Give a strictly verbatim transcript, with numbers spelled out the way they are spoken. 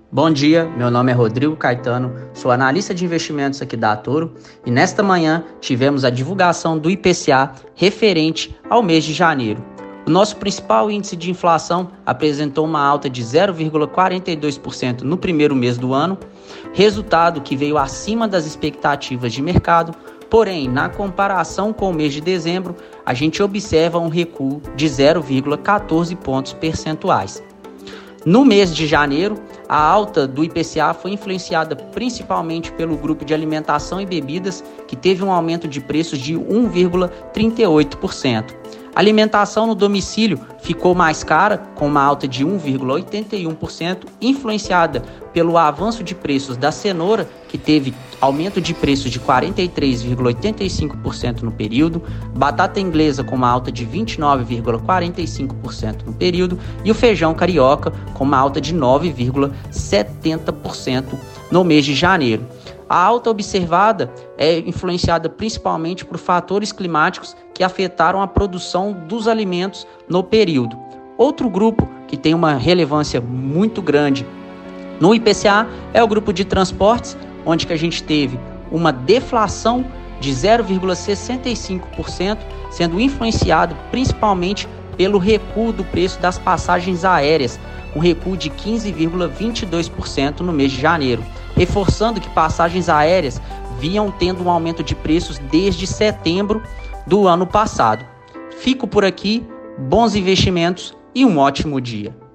Bom dia, meu nome é Rodrigo Caetano, sou analista de investimentos aqui da Atoro e nesta manhã tivemos a divulgação do I P C A referente ao mês de janeiro. O nosso principal índice de inflação apresentou uma alta de zero vírgula quarenta e dois por cento no primeiro mês do ano, resultado que veio acima das expectativas de mercado, porém, na comparação com o mês de dezembro, a gente observa um recuo de zero vírgula quatorze pontos percentuais. No mês de janeiro, a alta do I P C A foi influenciada principalmente pelo grupo de alimentação e bebidas, que teve um aumento de preços de um vírgula trinta e oito por cento. A alimentação no domicílio ficou mais cara, com uma alta de um vírgula oitenta e um por cento, influenciada pelo avanço de preços da cenoura, que teve aumento de preços de quarenta e três vírgula oitenta e cinco por cento no período, batata inglesa com uma alta de vinte e nove vírgula quarenta e cinco por cento no período e o feijão carioca com uma alta de nove vírgula setenta por cento no mês de janeiro. A alta observada é influenciada principalmente por fatores climáticos que afetaram a produção dos alimentos no período. Outro grupo que tem uma relevância muito grande no I P C A é o grupo de transportes, onde que a gente teve uma deflação de zero vírgula sessenta e cinco por cento, sendo influenciado principalmente pelo recuo do preço das passagens aéreas, um recuo de quinze vírgula vinte e dois por cento no mês de janeiro, reforçando que passagens aéreas vinham tendo um aumento de preços desde setembro do ano passado. Fico por aqui, bons investimentos e um ótimo dia.